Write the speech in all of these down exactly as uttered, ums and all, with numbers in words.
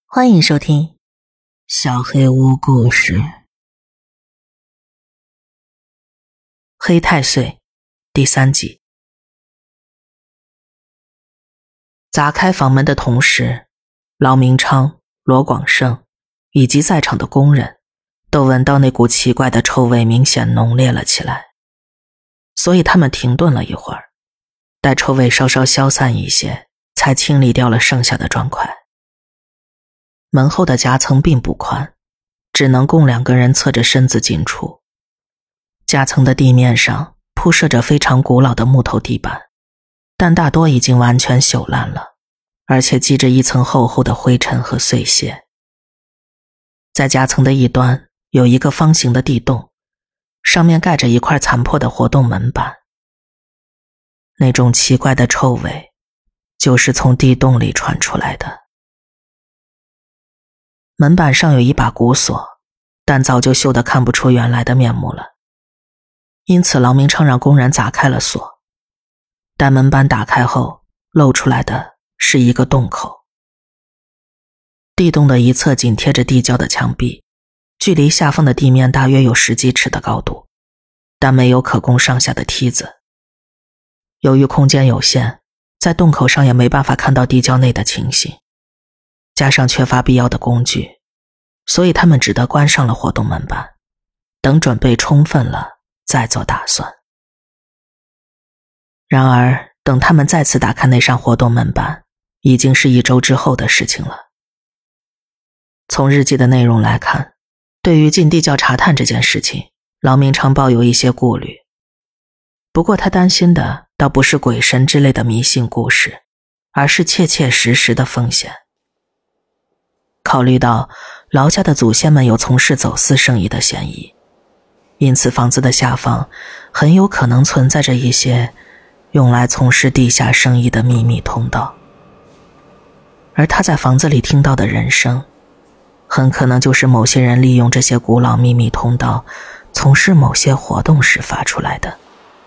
欢迎收听小黑屋故事。黑太岁第三集。砸开房门的同时，劳明昌、罗广胜以及在场的工人都闻到那股奇怪的臭味明显浓烈了起来，所以他们停顿了一会儿，待臭味稍稍消散一些，才清理掉了剩下的砖块。门后的夹层并不宽，只能供两个人侧着身子进出。夹层的地面上铺设着非常古老的木头地板，但大多已经完全朽烂了，而且积着一层厚厚的灰尘和碎屑。在夹层的一端有一个方形的地洞，上面盖着一块残破的活动门板。那种奇怪的臭味就是从地洞里传出来的。门板上有一把古锁，但早就锈得看不出原来的面目了，因此劳明昌让工人砸开了锁。待门板打开后，露出来的是一个洞口。地洞的一侧紧贴着地窖的墙壁，距离下方的地面大约有十几尺的高度，但没有可供上下的梯子。由于空间有限，在洞口上也没办法看到地窖内的情形，加上缺乏必要的工具，所以他们只得关上了活动门板，等准备充分了再做打算。然而等他们再次打开那扇活动门板，已经是一周之后的事情了。从日记的内容来看，对于进地窖查探这件事情，劳明昌抱有一些顾虑。不过他担心的倒不是鬼神之类的迷信故事，而是切切实实的风险。考虑到劳家的祖先们有从事走私生意的嫌疑，因此房子的下方很有可能存在着一些用来从事地下生意的秘密通道。而他在房子里听到的人声，很可能就是某些人利用这些古老秘密通道从事某些活动时发出来的。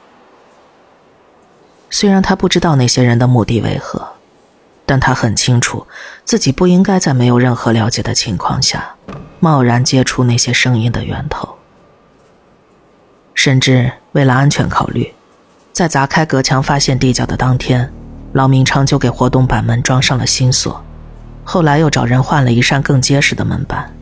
虽然他不知道那些人的目的为何，但他很清楚自己不应该在没有任何了解的情况下贸然接触那些声音的源头。甚至为了安全考虑，在砸开隔墙发现地窖的当天，劳明昌就给活动板门装上了新锁，后来又找人换了一扇更结实的门板。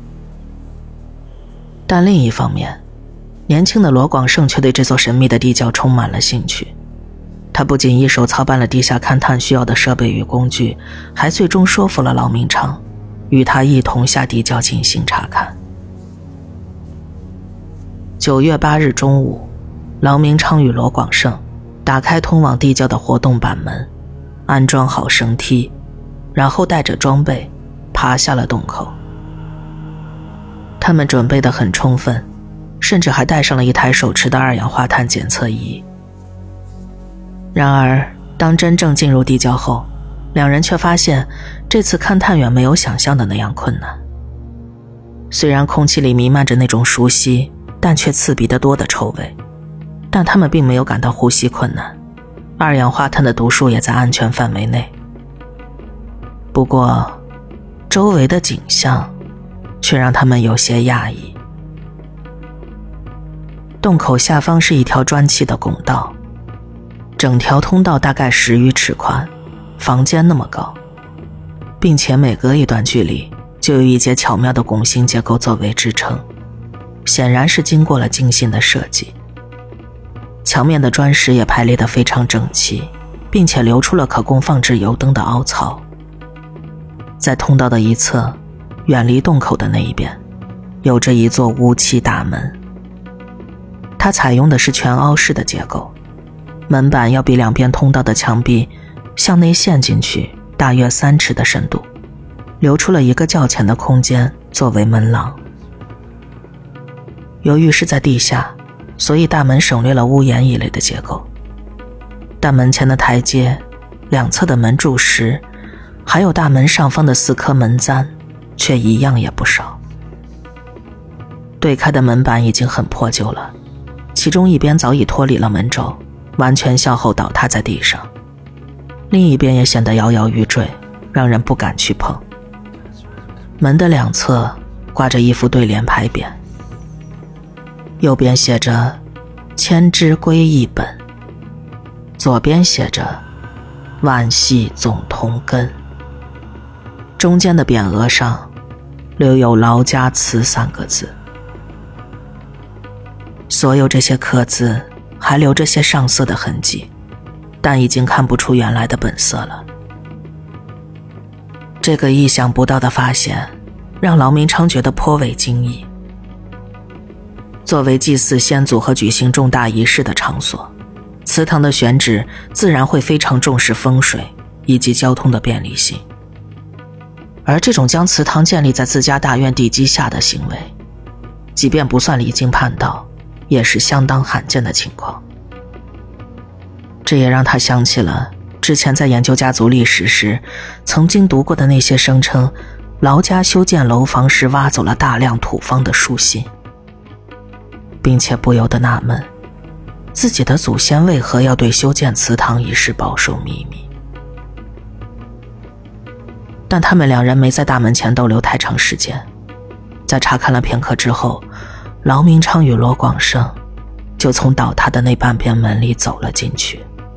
但另一方面，年轻的罗广胜却对这座神秘的地窖充满了兴趣。他不仅一手操办了地下勘探需要的设备与工具，还最终说服了劳明昌，与他一同下地窖进行查看。九月八日中午，劳明昌与罗广胜打开通往地窖的活动板门，安装好绳梯，然后带着装备爬下了洞口。他们准备得很充分，甚至还带上了一台手持的二氧化碳检测仪。然而当真正进入地窖后，两人却发现这次勘探远没有想象的那样困难。虽然空气里弥漫着那种熟悉但却刺鼻得多的臭味，但他们并没有感到呼吸困难，二氧化碳的读数也在安全范围内。不过周围的景象却让他们有些讶异。洞口下方是一条砖砌的拱道，整条通道大概十余尺宽，房间那么高，并且每隔一段距离就有一节巧妙的拱形结构作为支撑，显然是经过了精心的设计。墙面的砖石也排列得非常整齐，并且留出了可供放置油灯的凹槽。在通道的一侧，远离洞口的那一边，有着一座乌漆大门。它采用的是全凹式的结构，门板要比两边通道的墙壁向内陷进去大约三尺的深度，留出了一个较浅的空间作为门廊。由于是在地下，所以大门省略了屋檐一类的结构，但门前的台阶、两侧的门柱石，还有大门上方的四颗门簪，却一样也不少。对开的门板已经很破旧了，其中一边早已脱离了门轴，完全向后倒塌在地上，另一边也显得摇摇欲坠，让人不敢去碰。 门的两侧挂着一副对联牌匾，右边写着千枝归一本，左边写着万系总同根。中间的匾额上留有劳家祠三个字。所有这些刻字还留着些上色的痕迹，但已经看不出原来的本色了。这个意想不到的发现让劳明昌觉得颇为惊异。作为祭祀先祖和举行重大仪式的场所，祠堂的选址自然会非常重视风水以及交通的便利性。而这种将祠堂建立在自家大院地基下的行为，即便不算离经叛道，也是相当罕见的情况。这也让他想起了之前在研究家族历史时曾经读过的那些声称劳家修建楼房时挖走了大量土方的书信，并且不由得纳闷，自己的祖先为何要对修建祠堂一事保守秘密。但他们两人没在大门前逗留太长时间，在查看了片刻之后，劳明昌与罗广胜就从倒塌的那半边门里走了进去。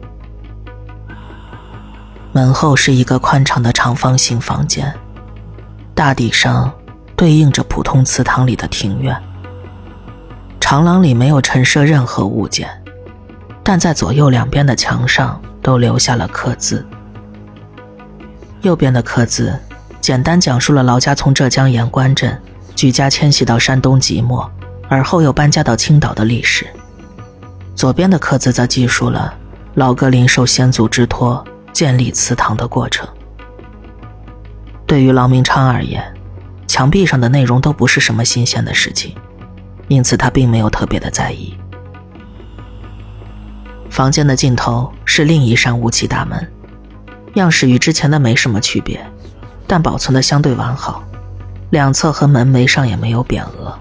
门后是一个宽敞的长方形房间，大抵上对应着普通祠堂里的庭院。长廊里没有陈设任何物件，但在左右两边的墙上都留下了刻字。右边的刻字简单讲述了劳家从浙江盐官镇举家迁徙到山东即墨，而后又搬家到青岛的历史。左边的刻字则记述了老格林受先祖之托建立祠堂的过程。对于劳明昌而言，墙壁上的内容都不是什么新鲜的事情，因此他并没有特别的在意。房间的尽头是另一扇雾气大门，样式与之前的没什么区别，但保存的相对完好，两侧和门楣上也没有匾额。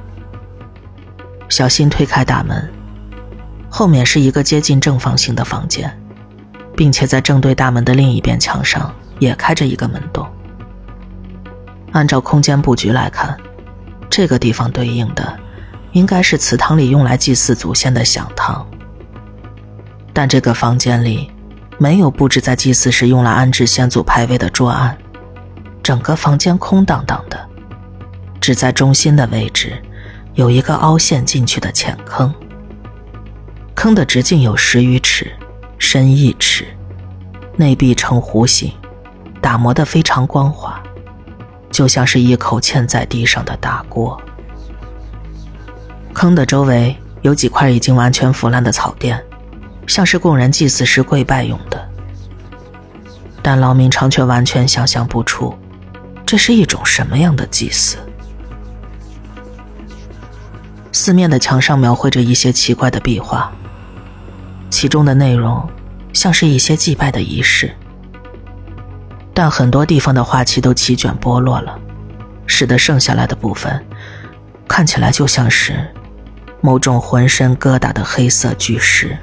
小心推开大门，后面是一个接近正方形的房间，并且在正对大门的另一边墙上也开着一个门洞。按照空间布局来看，这个地方对应的应该是祠堂里用来祭祀祖先的享堂，但这个房间里没有布置在祭祀时用来安置先祖牌位的桌案，整个房间空荡荡的，只在中心的位置有一个凹陷进去的浅坑，坑的直径有十余尺，深一尺，内壁呈弧形，打磨得非常光滑，就像是一口嵌在地上的大锅。坑的周围有几块已经完全腐烂的草垫，像是供人祭祀时跪拜用的。但劳明昌却完全想象不出这是一种什么样的祭祀。四面的墙上描绘着一些奇怪的壁画，其中的内容像是一些祭拜的仪式，但很多地方的画器都起卷剥落了，使得剩下来的部分看起来就像是某种浑身疙瘩的黑色巨石。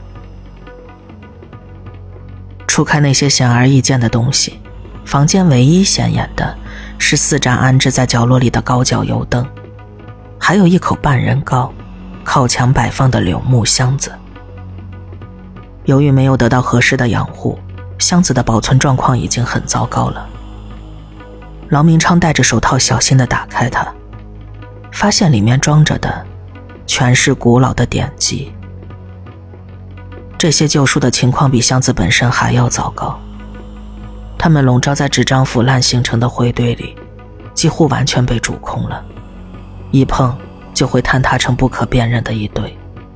除开那些显而易见的东西，房间唯一显眼的是四盏安置在角落里的高脚油灯，还有一口半人高靠墙摆放的柳木箱子。由于没有得到合适的养护，箱子的保存状况已经很糟糕了。劳明昌戴着手套小心地打开它，发现里面装着的全是古老的典籍。这些旧书的情况比箱子本身还要糟糕，它们笼罩在纸张腐烂形成的灰堆里，几乎完全被煮空了，一碰就会坍塌成不可辨认的一堆。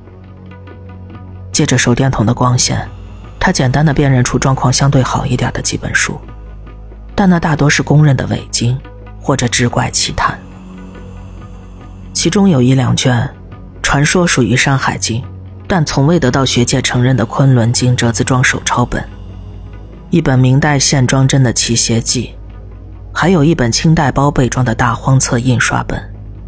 借着手电筒的光线，他简单地辨认出状况相对好一点的几本书，但那大多是公认的伪经或者志怪奇谈。其中有一两卷传说属于山海经，但从未得到学界承认的昆仑经折子装手抄本，一本明代线装帧的奇邪记，还有一本清代包被装的大荒册印刷本。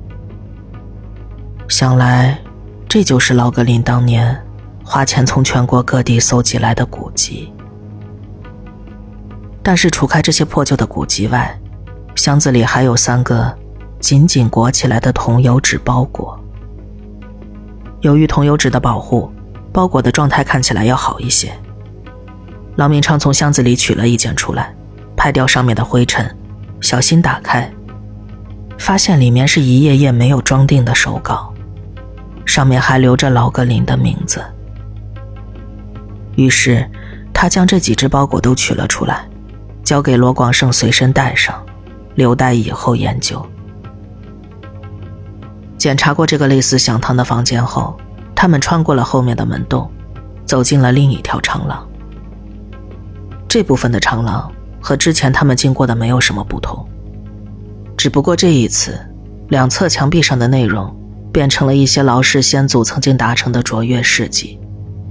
想来这就是劳格林当年花钱从全国各地搜集来的古籍。但是除开这些破旧的古籍外， 箱子里还有三个紧紧裹起来的桐油纸包裹。由于桐油纸的保护，包裹的状态看起来要好一些。劳明昌从箱子里取了一件出来，拍掉上面的灰尘，小心打开，发现里面是一页页没有装订的手稿，上面还留着劳格林的名字。于是他将这几只包裹都取了出来，交给罗广胜随身带上，留待以后研究。检查过这个类似详堂的房间后，他们穿过了后面的门洞，走进了另一条长廊。这部分的长廊和之前他们经过的没有什么不同，只不过这一次两侧墙壁上的内容变成了一些劳氏先祖曾经达成的卓越事迹。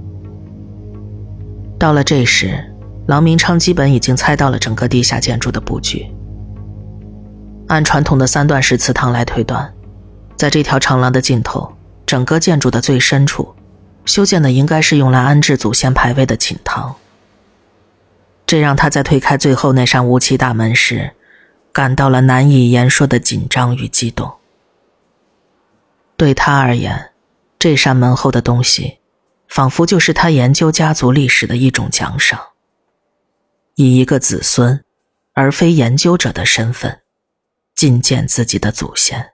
到了这时，劳明昌基本已经猜到了整个地下建筑的布局。按传统的三段式祠堂来推断，在这条长廊的尽头，整个建筑的最深处修建的应该是用来安置祖先牌位的寝堂。这让他在推开最后那扇乌漆大门时，感到了难以言说的紧张与激动。对他而言，这扇门后的东西仿佛就是他研究家族历史的一种奖赏，以一个子孙而非研究者的身份觐见自己的祖先。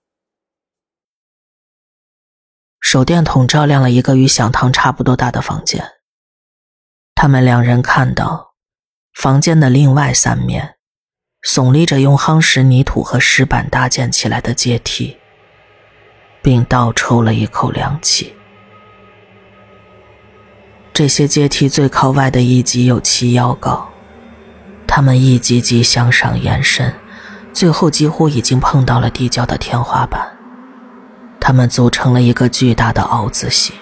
手电筒照亮了一个与想堂差不多大的房间，他们两人看到房间的另外三面耸立着用夯实泥土和石板搭建起来的阶梯，并倒抽了一口凉气。这些阶梯最靠外的一级有七腰高，它们一级级向上延伸，最后几乎已经碰到了地窖的天花板，它们组成了一个巨大的凹字形。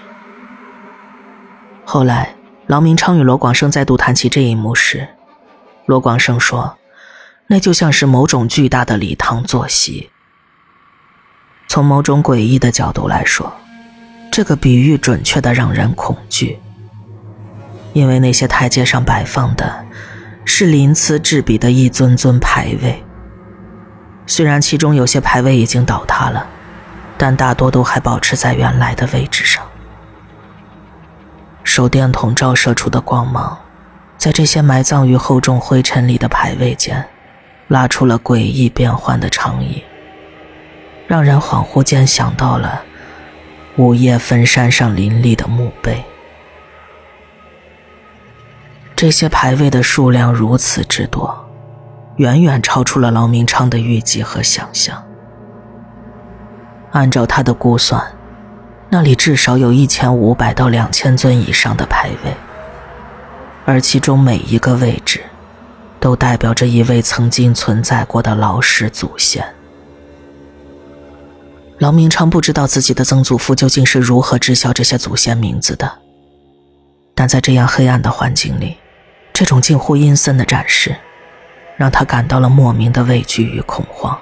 后来劳明昌与罗广胜再度谈起这一幕时，罗广胜说，那就像是某种巨大的礼堂坐席。从某种诡异的角度来说，这个比喻准确的让人恐惧，因为那些台阶上摆放的是鳞次栉比的一尊尊牌位。虽然其中有些牌位已经倒塌了，但大多都还保持在原来的位置上。手电筒照射出的光芒在这些埋葬于厚重灰尘里的牌位间拉出了诡异变幻的长影，让人恍惚间想到了午夜坟山上林立的墓碑。这些牌位的数量如此之多，远远超出了劳明昌的预计和想象。按照他的估算，那里至少有一千五百到两千尊以上的牌位，而其中每一个位置都代表着一位曾经存在过的劳氏祖先。劳明昌不知道自己的曾祖父究竟是如何知晓这些祖先名字的，但在这样黑暗的环境里，这种近乎阴森的展示让他感到了莫名的畏惧与恐慌。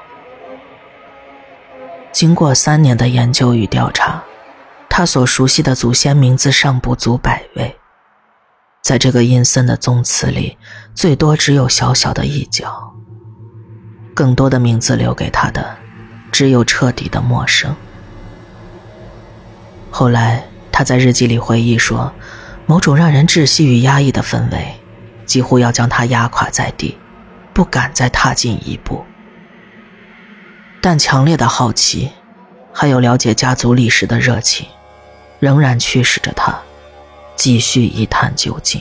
经过三年的研究与调查，他所熟悉的祖先名字尚不足百位，在这个阴森的宗祠里，最多只有小小的一角。更多的名字留给他的只有彻底的陌生。后来他在日记里回忆说，某种让人窒息与压抑的氛围几乎要将他压垮在地，不敢再踏进一步。但强烈的好奇还有了解家族历史的热情仍然驱使着他继续一探究竟。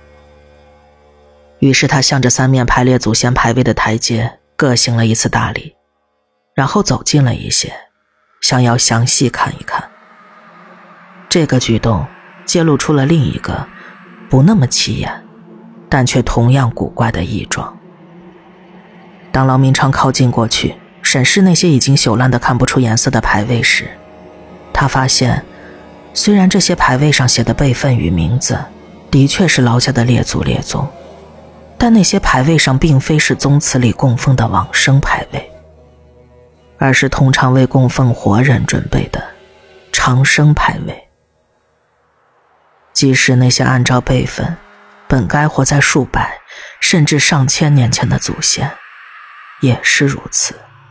于是他向着三面排列祖先牌位的台阶各行了一次大礼，然后走近了一些，想要详细看一看。这个举动揭露出了另一个不那么起眼但却同样古怪的异状。当劳明昌靠近过去审视那些已经朽烂的看不出颜色的牌位时，他发现虽然这些牌位上写的辈分与名字的确是劳家的列祖列宗，但那些牌位上并非是宗祠里供奉的往生牌位，而是通常为供奉活人准备的长生牌位。即使那些按照辈分本该活在数百甚至上千年前的祖先， 也是如此。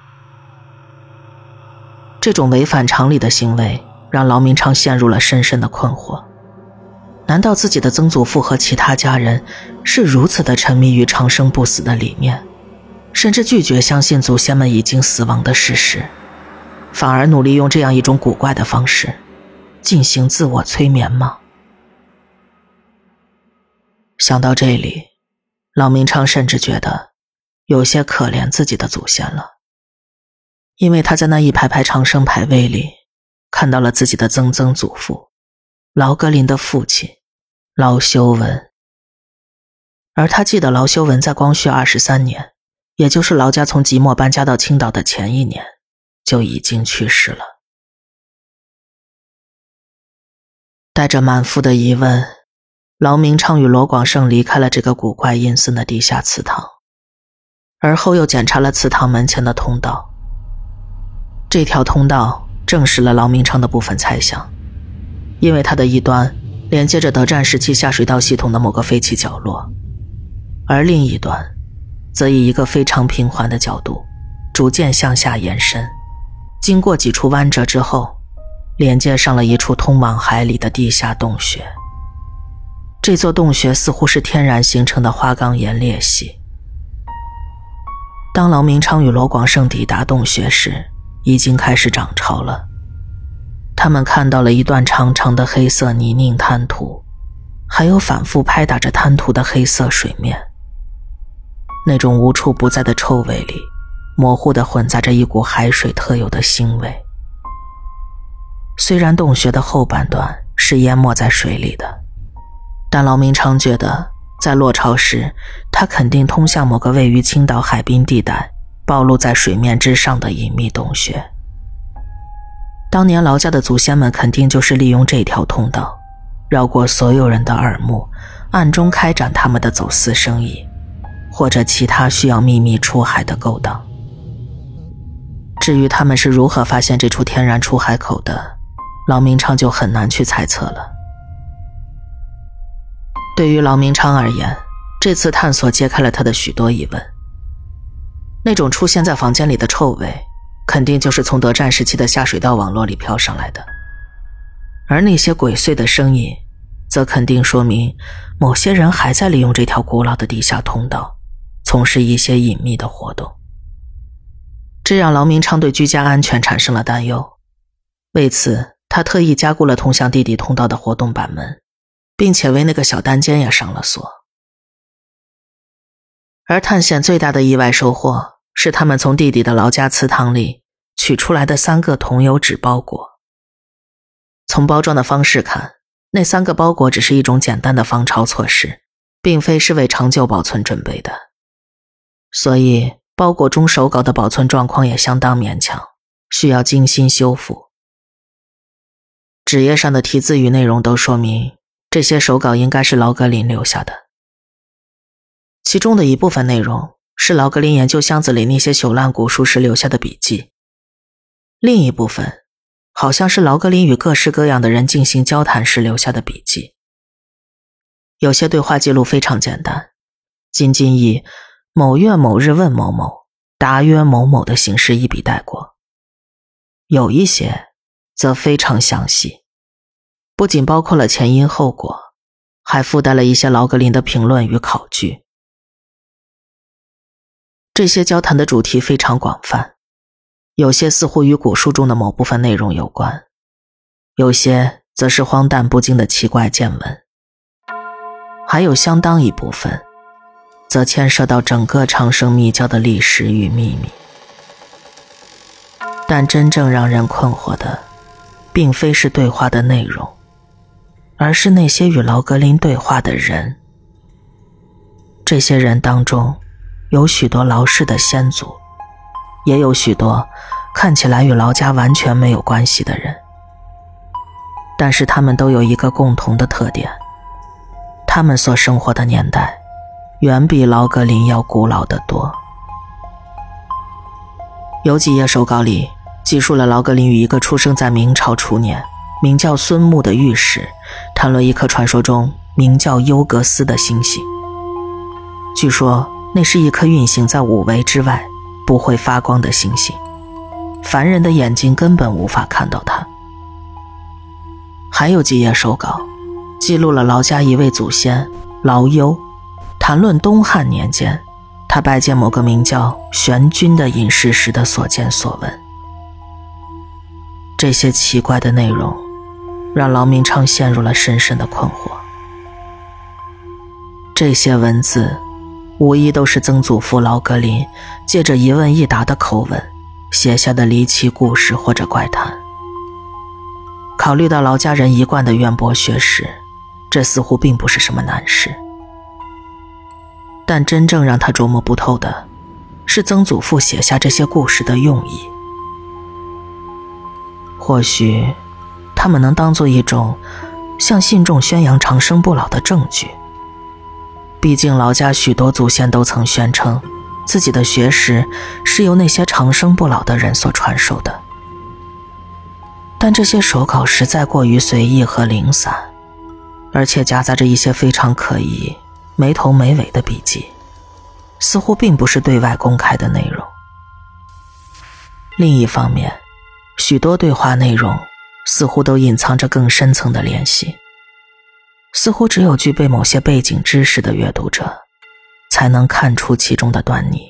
这种违反常理的行为让劳明昌陷入了深深的困惑。难道自己的曾祖父和其他家人是如此的沉迷于长生不死的理念，甚至拒绝相信祖先们已经死亡的事实，反而努力用这样一种古怪的方式进行自我催眠吗？想到这里，劳明昌甚至觉得有些可怜自己的祖先了，因为他在那一排排长生牌位里看到了自己的曾曾祖父劳格林的父亲劳修文。而他记得劳修文在光绪二十三年，也就是劳家从即墨搬家到青岛的前一年，就已经去世了。带着满腹的疑问，劳明昌与罗广胜离开了这个古怪阴森的地下祠堂，而后又检查了祠堂门前的通道。这条通道证实了劳明昌的部分猜想，因为它的一端连接着德战时期下水道系统的某个废弃角落，而另一端则以一个非常平缓的角度逐渐向下延伸，经过几处弯折之后，连接上了一处通往海里的地下洞穴。这座洞穴似乎是天然形成的花岗岩裂隙。当劳明昌与罗广胜抵达洞穴时，已经开始涨潮了。他们看到了一段长长的黑色泥泞滩涂，还有反复拍打着滩涂的黑色水面。那种无处不在的臭味里，模糊地混杂着一股海水特有的腥味。虽然洞穴的后半段是淹没在水里的，但劳明昌觉得在落潮时，它肯定通向某个位于青岛海滨地带暴露在水面之上的隐秘洞穴。当年劳家的祖先们肯定就是利用这条通道，绕过所有人的耳目，暗中开展他们的走私生意，或者其他需要秘密出海的勾当。至于他们是如何发现这处天然出海口的，劳明昌就很难去猜测了。对于劳明昌而言，这次探索揭开了他的许多疑问。那种出现在房间里的臭味，肯定就是从德战时期的下水道网络里飘上来的，而那些鬼祟的声音则肯定说明某些人还在利用这条古老的地下通道从事一些隐秘的活动。这让劳明昌对居家安全产生了担忧，为此他特意加固了通向地底通道的活动板门，并且为那个小单间也上了锁。而探险最大的意外收获是他们从地底的劳家祠堂里取出来的三个桐油纸包裹。从包装的方式看，那三个包裹只是一种简单的防潮措施，并非是为长久保存准备的。所以包裹中手稿的保存状况也相当勉强，需要精心修复。纸页上的题字与内容都说明这些手稿应该是劳格林留下的。其中的一部分内容是劳格林研究箱子里那些朽烂古书时留下的笔记，另一部分好像是劳格林与各式各样的人进行交谈时留下的笔记。有些对话记录非常简单，仅仅以某月某日问某某，答曰某某的形式一笔带过。有一些则非常详细，不仅包括了前因后果，还附带了一些劳格林的评论与考据。这些交谈的主题非常广泛，有些似乎与古书中的某部分内容有关，有些则是荒诞不经的奇怪见闻，还有相当一部分则牵涉到整个长生密教的历史与秘密。但真正让人困惑的并非是对话的内容，而是那些与劳格林对话的人。这些人当中有许多劳氏的先祖，也有许多看起来与劳家完全没有关系的人，但是他们都有一个共同的特点，他们所生活的年代远比劳格林要古老得多。有几页手稿里记述了劳格林与一个出生在明朝初年名叫孙木的御史谈论一颗传说中名叫优格斯的星星。据说那是一颗运行在五维之外不会发光的星星，凡人的眼睛根本无法看到它。还有几页手稿记录了劳家一位祖先劳忧谈论东汉年间他拜见某个名叫玄君的隐士时的所见所闻。这些奇怪的内容让劳明昌陷入了深深的困惑。这些文字无疑都是曾祖父劳格林借着一问一答的口吻写下的离奇故事或者怪谈。考虑到劳家人一贯的渊博学识，这似乎并不是什么难事。但真正让他琢磨不透的是曾祖父写下这些故事的用意。或许他们能当作一种向信众宣扬长生不老的证据。毕竟劳家许多祖先都曾宣称自己的学识是由那些长生不老的人所传授的。但这些手稿实在过于随意和零散，而且夹杂着一些非常可疑、没头没尾的笔记，似乎并不是对外公开的内容。另一方面，许多对话内容似乎都隐藏着更深层的联系，似乎只有具备某些背景知识的阅读者才能看出其中的端倪。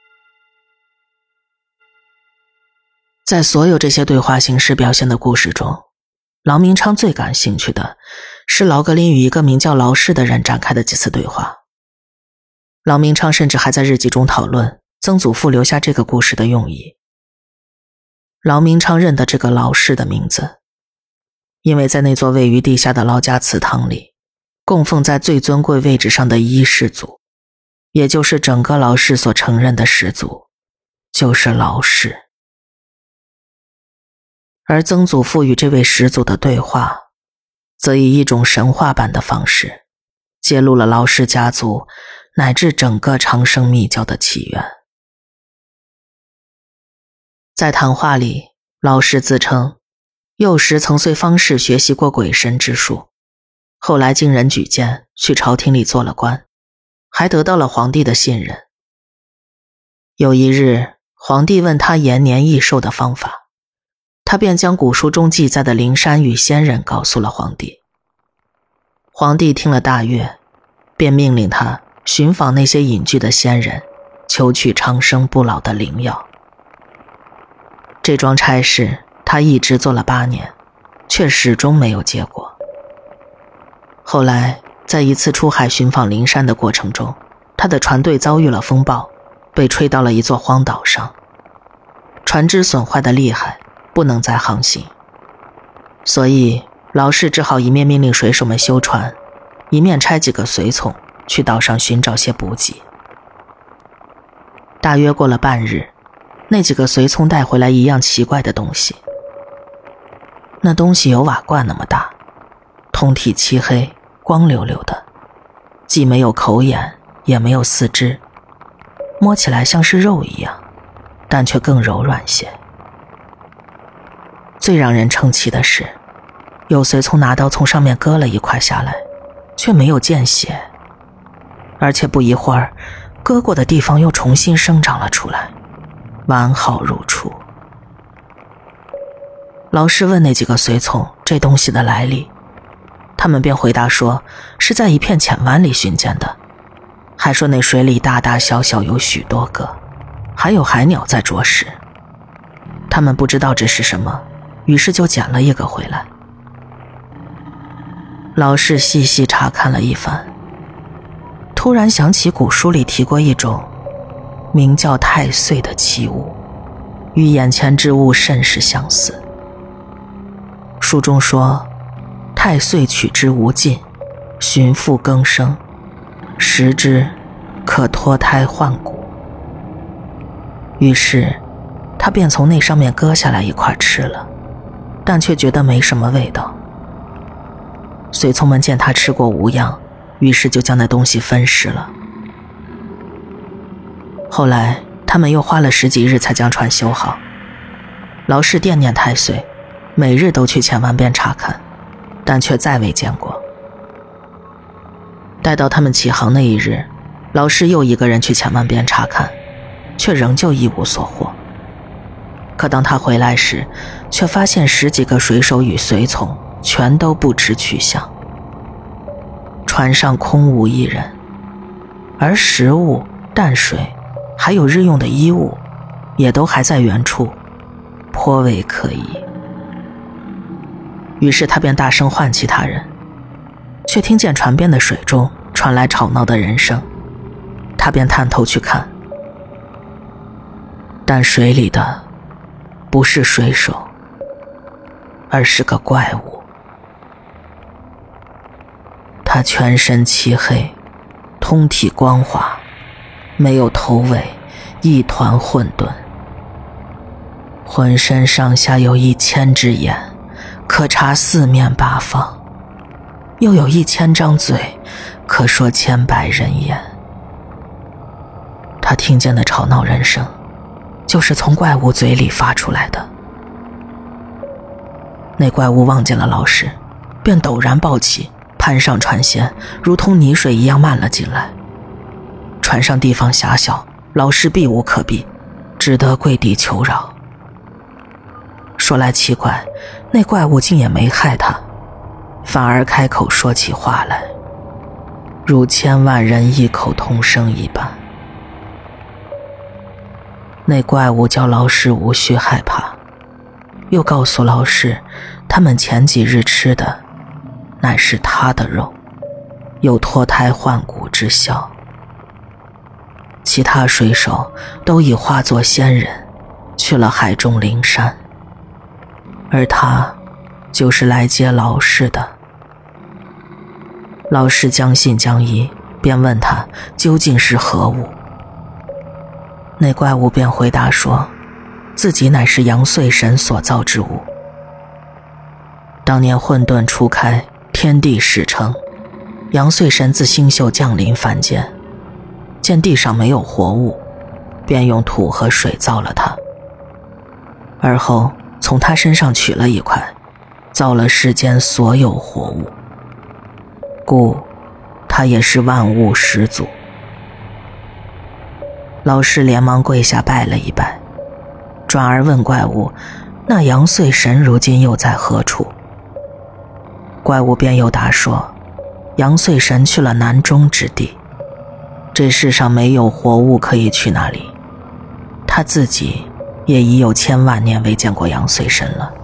在所有这些对话形式表现的故事中，劳明昌最感兴趣的是劳格林与一个名叫劳氏的人展开的几次对话。劳明昌甚至还在日记中讨论曾祖父留下这个故事的用意。劳明昌认得这个劳氏的名字，因为在那座位于地下的劳家祠堂里，供奉在最尊贵位置上的一世祖，也就是整个劳氏所承认的始祖，就是劳氏。而曾祖父与这位始祖的对话，则以一种神话般的方式，揭露了劳氏家族乃至整个长生密教的起源。在谈话里，劳氏自称幼时曾随方士学习过鬼神之术，后来经人举荐去朝廷里做了官，还得到了皇帝的信任。有一日，皇帝问他延年益寿的方法，他便将古书中记载的灵山与仙人告诉了皇帝。皇帝听了大悦，便命令他寻访那些隐居的仙人，求取长生不老的灵药。这桩差事他一直做了八年，却始终没有结果。后来在一次出海寻访灵山的过程中，他的船队遭遇了风暴，被吹到了一座荒岛上，船只损坏的厉害，不能再航行。所以劳氏只好一面命令水手们修船，一面差几个随从去岛上寻找些补给。大约过了半日，那几个随从带回来一样奇怪的东西。那东西有瓦罐那么大，通体漆黑，光溜溜的，既没有口眼，也没有四肢，摸起来像是肉一样，但却更柔软些。最让人称奇的是，有随从拿刀从上面割了一块下来，却没有见血，而且不一会儿，割过的地方又重新生长了出来，完好如初。劳氏问那几个随从这东西的来历，他们便回答说是在一片浅湾里寻见的，还说那水里大大小小有许多个，还有海鸟在啄食。他们不知道这是什么，于是就捡了一个回来。劳氏细细查看了一番，突然想起古书里提过一种名叫太岁的器物，与眼前之物甚是相似。书中说，太岁取之无尽，循复更生，食之可脱胎换骨。于是他便从那上面割下来一块吃了，但却觉得没什么味道。随从们见他吃过无恙，于是就将那东西分食了。后来他们又花了十几日才将船修好。劳氏惦念太岁，每日都去浅湾边查看，但却再未见过。待到他们起航那一日，劳氏又一个人去浅湾边查看， 却仍旧一无所获。可当他回来时，却发现十几个水手与随从全都不知去向，船上空无一人，而食物、淡水还有日用的衣物也都还在原处，颇为可疑。于是他便大声唤其他人，却听见船边的水中传来吵闹的人声，他便探头去看，但水里的不是水手，而是个怪物。他全身漆黑，通体光滑，没有头尾，一团混沌，浑身上下有一千只眼，可察四面八方，又有一千张嘴，可说千百人言。他听见的吵闹人声，就是从怪物嘴里发出来的。那怪物望见了老师，便陡然暴起，攀上船舷，如同泥水一样漫了进来。船上地方狭小，老师避无可避，只得跪地求饶。说来奇怪，那怪物竟也没害他，反而开口说起话来，如千万人异口同声一般。那怪物叫老师无需害怕，又告诉老师，他们前几日吃的乃是他的肉，有脱胎换骨之效。其他水手都已化作仙人，去了海中灵山，而他就是来接老师的。老师将信将疑，便问他究竟是何物。那怪物便回答说，自己乃是阳岁神所造之物。当年混沌初开，天地始成，阳岁神自星宿降临凡间，见地上没有活物，便用土和水造了它，而后从他身上取了一块，造了世间所有活物，故他也是万物始祖。老师连忙跪下拜了一拜，转而问怪物，那阳岁神如今又在何处？怪物便又答说，阳岁神去了南中之地，这世上没有活物可以去那里，他自己也已有千万年未见过阳岁神了。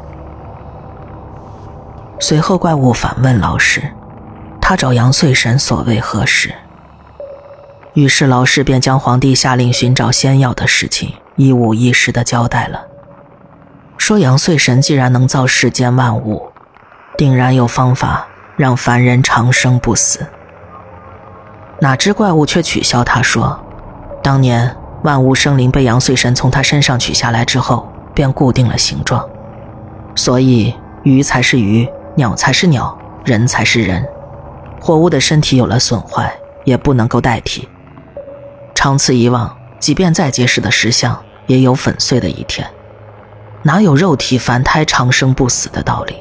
随后怪物反问老师，他找阳岁神所谓何事？于是老师便将皇帝下令寻找仙药的事情一五一十地交代了，说阳岁神既然能造世间万物，定然有方法让凡人长生不死。哪知怪物却取笑他说，当年万物生灵被阳岁神从他身上取下来之后，便固定了形状，所以鱼才是鱼，鸟才是鸟，人才是人，活物的身体有了损坏，也不能够代替。长此以往，即便再结实的石像，也有粉碎的一天，哪有肉体凡胎长生不死的道理？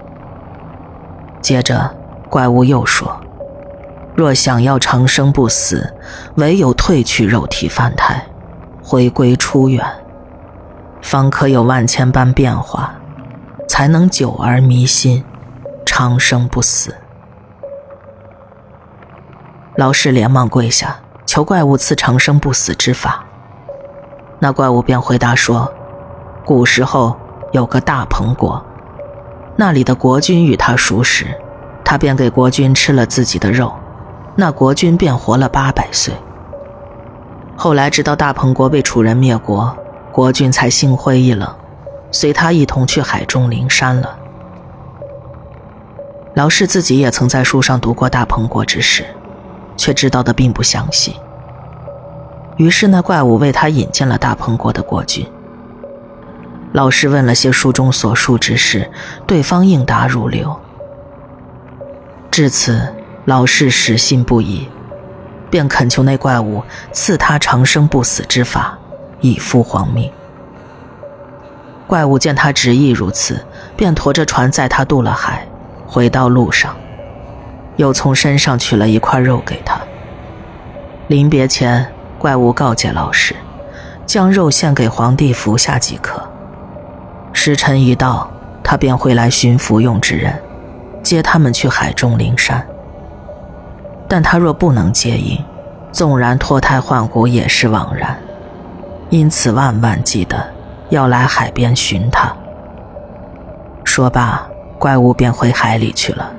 接着怪物又说，若想要长生不死，唯有褪去肉体凡胎，回归初原，方可有万千般变化，才能久而弥新，长生不死。老师连忙跪下，求怪物赐长生不死之法。那怪物便回答说，古时候有个大鹏国，那里的国君与他熟识，他便给国君吃了自己的肉，那国君便活了八百岁。后来直到大鹏国被楚人灭国，国君才心灰意冷，随他一同去海中灵山了。老师自己也曾在书上读过大鹏国之事，却知道的并不详细。于是那怪物为他引荐了大鹏国的国君。老师问了些书中所述之事，对方应答如流。至此老师始信不疑，便恳求那怪物赐他长生不死之法，以复皇命。怪物见他执意如此，便驮着船载他渡了海，回到路上，又从身上取了一块肉给他。临别前，怪物告诫老师， 将肉献给皇帝服下即可。时辰一到，他便会来寻服用之人，接他们去海中灵山。但他若不能接应，纵然脱胎换骨也是枉然，因此万万记得要来海边寻他。说罢，怪物便回海里去了。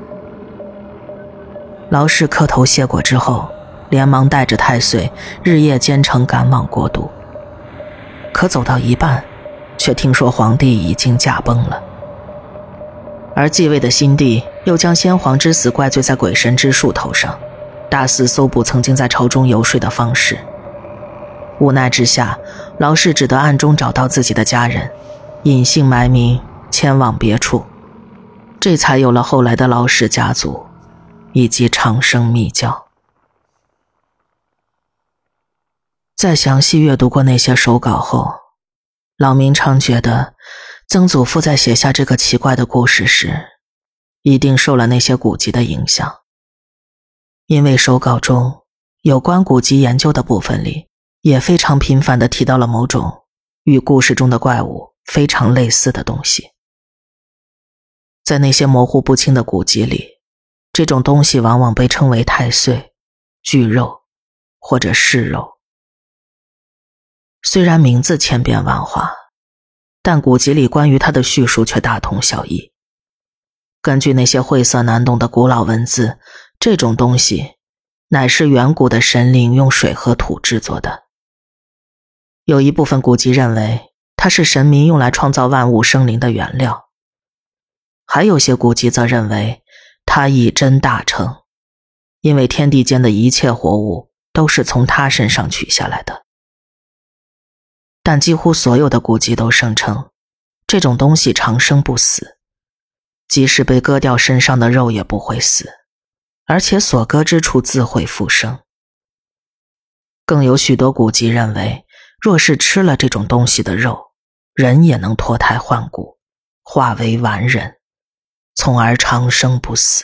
劳氏磕头谢过之后，连忙带着太岁日夜兼程赶往国都。可走到一半，却听说皇帝已经驾崩了，而继位的新帝又将先皇之死怪罪在鬼神之术头上，大肆搜捕曾经在朝中游说的方士。无奈之下，劳氏只得暗中找到自己的家人，隐姓埋名迁往别处，这才有了后来的劳氏家族以及长生密教。在详细阅读过那些手稿后，老明昌觉得曾祖父在写下这个奇怪的故事时，一定受了那些古籍的影响。因为手稿中有关古籍研究的部分里，也非常频繁地提到了某种与故事中的怪物非常类似的东西。在那些模糊不清的古籍里，这种东西往往被称为太岁、巨肉或者噬肉。虽然名字千变万化，但古籍里关于它的叙述却大同小异。根据那些晦涩难懂的古老文字，这种东西乃是远古的神灵用水和土制作的。有一部分古籍认为它是神明用来创造万物生灵的原料，还有些古籍则认为它以真大成，因为天地间的一切活物都是从它身上取下来的。但几乎所有的古籍都声称，这种东西长生不死，即使被割掉身上的肉也不会死，而且所割之处自会复生。更有许多古籍认为，若是吃了这种东西的肉，人也能脱胎换骨，化为完人，从而长生不死。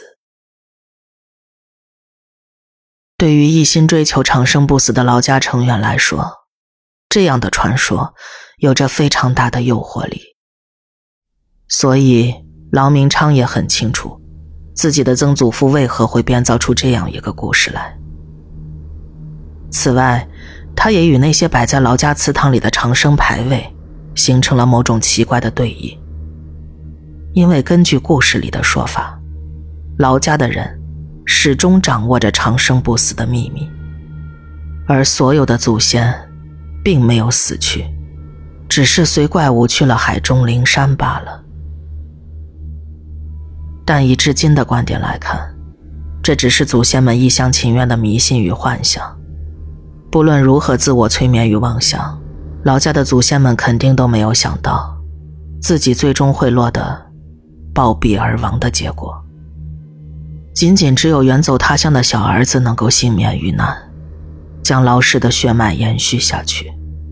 对于一心追求长生不死的劳家成员来说，这样的传说有着非常大的诱惑力。所以劳明昌也很清楚自己的曾祖父为何会编造出这样一个故事来。此外，他也与那些摆在劳家祠堂里的长生牌位形成了某种奇怪的对应。因为根据故事里的说法，劳家的人始终掌握着长生不死的秘密，而所有的祖先并没有死去，只是随怪物去了海中灵山罢了。但以至今的观点来看，这只是祖先们一厢情愿的迷信与幻想。不论如何自我催眠与妄想，劳家的祖先们肯定都没有想到，自己最终会落得暴毙而亡的结果。仅仅只有远走他乡的小儿子能够幸免于难，将劳氏的血脉延续下去。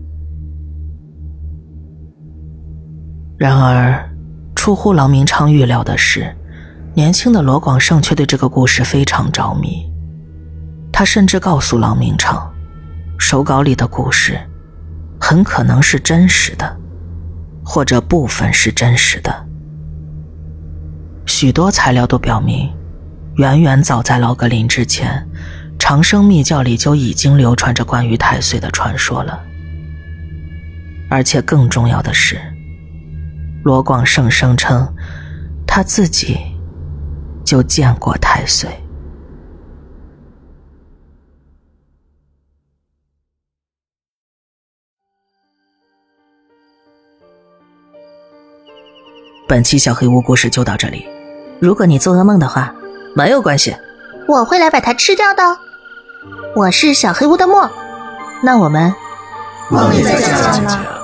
然而，出乎劳明昌预料的是，年轻的罗广胜却对这个故事非常着迷。他甚至告诉劳明昌，手稿里的故事很可能是真实的，或者部分是真实的。许多材料都表明，远远早在劳格林之前，长生密教里就已经流传着关于太岁的传说了。而且更重要的是，罗广胜声称他自己就见过太岁。本期小黑屋故事就到这里，如果你做噩梦的话，没有关系， 我会来把它吃掉的。我是小黑屋的墨， 那我们梦里再见了。